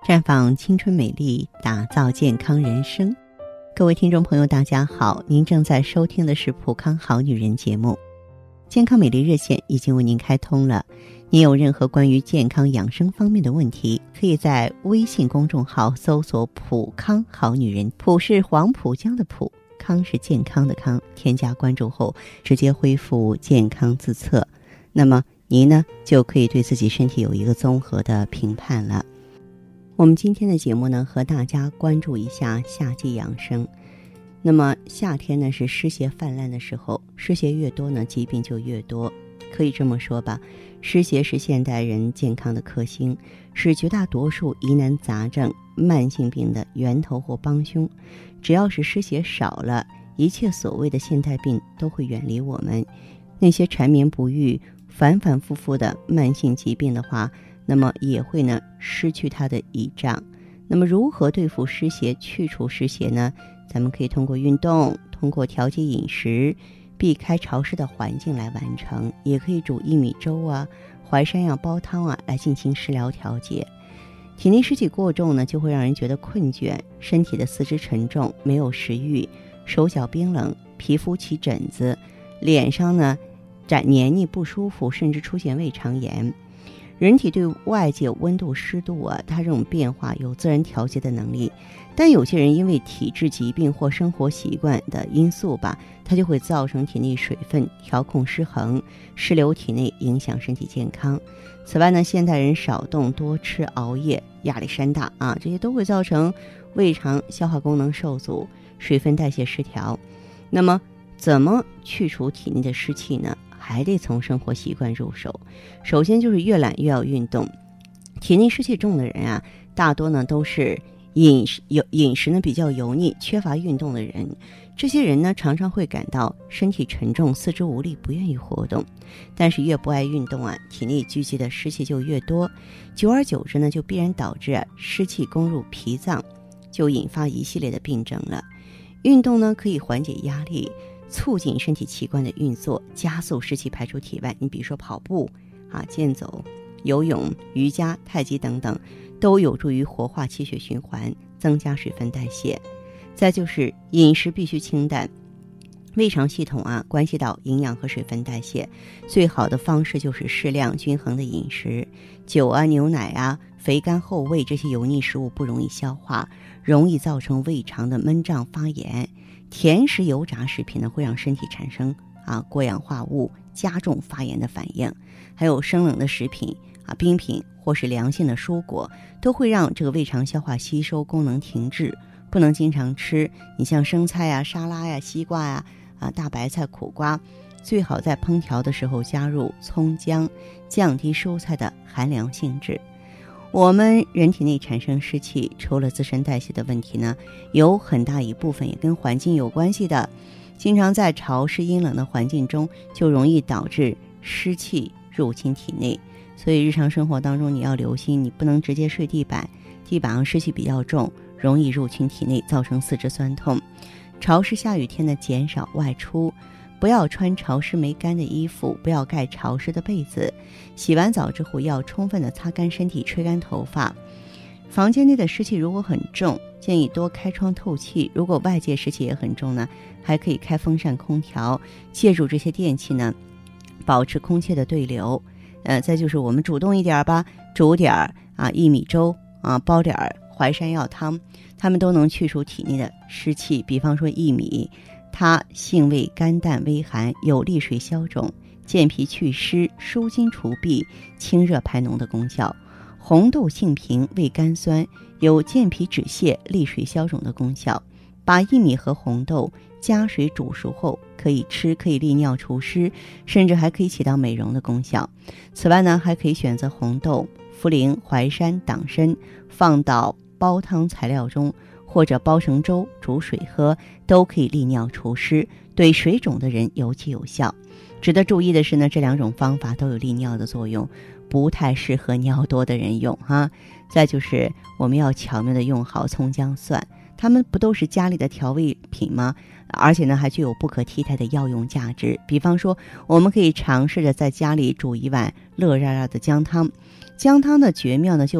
绽放青春美丽，打造健康人生。各位听众朋友大家好，您正在收听的是普康好女人节目。健康美丽热线已经为您开通了，您有任何关于健康养生方面的问题，可以在微信公众号搜索普康好女人，普是黄浦江的普，康是健康的康，添加关注后直接恢复健康自测，那么您呢就可以对自己身体有一个综合的评判了。我们今天的节目呢，和大家关注一下夏季养生。那么夏天呢是湿邪泛滥的时候，湿邪越多呢，疾病就越多。可以这么说吧，湿邪是现代人健康的克星，是绝大多数疑难杂症、慢性病的源头或帮凶。只要是湿邪少了，一切所谓的现代病都会远离我们。那些缠绵不愈、反反复复的慢性疾病的话，那么也会呢失去它的倚仗。那么如何对付湿邪、去除湿邪呢？咱们可以通过运动，通过调节饮食，避开潮湿的环境来完成。也可以煮薏米粥啊、淮山药煲汤啊来进行食疗调节。体内湿气过重呢，就会让人觉得困倦，身体的四肢沉重，没有食欲，手脚冰冷，皮肤起疹子，脸上呢黏腻不舒服，甚至出现胃肠炎。人体对外界温度湿度啊，它这种变化有自然调节的能力，但有些人因为体质疾病或生活习惯的因素吧，它就会造成体内水分调控失衡，湿留体内，影响身体健康。此外呢，现代人少动多吃、熬夜、压力山大啊，这些都会造成胃肠消化功能受阻，水分代谢失调。那么怎么去除体内的湿气呢？还得从生活习惯入手。首先就是越懒越要运动。体内湿气重的人啊，大多呢都是饮食呢比较油腻、缺乏运动的人。这些人呢常常会感到身体沉重、四肢无力，不愿意活动。但是越不爱运动啊，体内聚集的湿气就越多，久而久之呢，就必然导致湿气攻入脾脏，就引发一系列的病症了。运动呢可以缓解压力，促进身体器官的运作，加速湿气排出体外。你比如说跑步啊、健走、游泳、瑜伽、太极等等，都有助于活化气血循环，增加水分代谢。再就是饮食必须清淡。胃肠系统啊，关系到营养和水分代谢，最好的方式就是适量均衡的饮食。酒啊、牛奶啊、肥甘厚味这些油腻食物不容易消化，容易造成胃肠的闷胀发炎。甜食油炸食品呢，会让身体产生过氧化物，加重发炎的反应。还有生冷的食品啊、冰品或是凉性的蔬果，都会让这个胃肠消化吸收功能停滞，不能经常吃。你像生菜呀、沙拉呀、西瓜呀、大白菜、苦瓜，最好在烹调的时候加入葱姜，降低蔬菜的寒凉性质。我们人体内产生湿气，除了自身代谢的问题呢，有很大一部分也跟环境有关系的。经常在潮湿阴冷的环境中，就容易导致湿气入侵体内。所以日常生活当中你要留心，你不能直接睡地板，地板上湿气比较重，容易入侵体内，造成四肢酸痛。潮湿下雨天呢，减少外出，不要穿潮湿没干的衣服，不要盖潮湿的被子。洗完澡之后要充分的擦干身体，吹干头发。房间内的湿气如果很重，建议多开窗透气。如果外界湿气也很重呢，还可以开风扇、空调，借助这些电器呢，保持空气的对流。再就是我们主动一点吧，煮点薏米粥啊，煲点淮山药汤，它们都能去除体内的湿气。比方说薏米，它性味甘淡微寒，有利水消肿、健脾祛湿、舒筋除痹、清热排脓的功效。红豆性平，味甘酸，有健脾止泻、利水消肿的功效。把薏米和红豆加水煮熟后可以吃，可以利尿除湿，甚至还可以起到美容的功效。此外呢，还可以选择红豆、茯苓、淮山、党参，放到煲汤材料中，或者煲成粥煮水喝，都可以利尿除湿，对水肿的人尤其有效。值得注意的是呢，这两种方法都有利尿的作用，不太适合尿多的人用哈。再就是我们要巧妙的用好葱姜蒜，它们不都是家里的调味品吗？而且呢，还具有不可替代的药用价值。比方说，我们可以尝试着在家里煮一碗热热的姜汤。姜汤的绝妙呢，就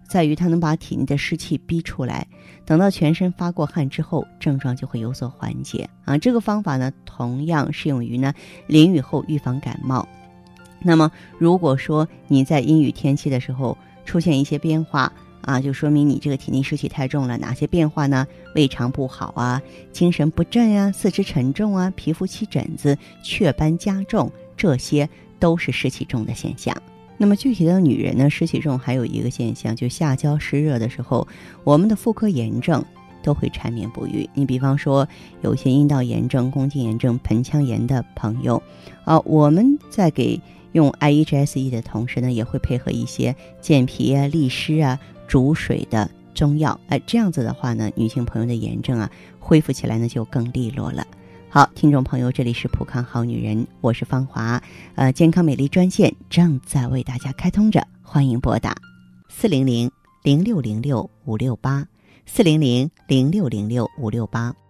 在于它能把体内的湿气逼出来，等到全身发过汗之后，症状就会有所缓解啊。这个方法呢，同样适用于淋雨后预防感冒。那么如果说你在阴雨天气的时候出现一些变化啊，就说明你这个体内湿气太重了。哪些变化呢？胃肠不好啊，精神不振啊，四肢沉重啊，皮肤起疹子，雀斑加重，这些都是湿气重的现象。那么具体的女人呢，湿气重还有一个现象，就下焦湿热的时候，我们的妇科炎症都会缠绵不愈。你比方说有一些阴道炎症、宫颈炎症、盆腔炎的朋友我们在给用 IEGSE 的同时呢，也会配合一些健脾啊、利湿啊、煮水的中药。这样子的话呢，女性朋友的炎症恢复起来呢就更利落了。好，听众朋友，这里是普康好女人，我是芳华。健康美丽专线正在为大家开通着，欢迎拨打400-0606-568，400-0606-568。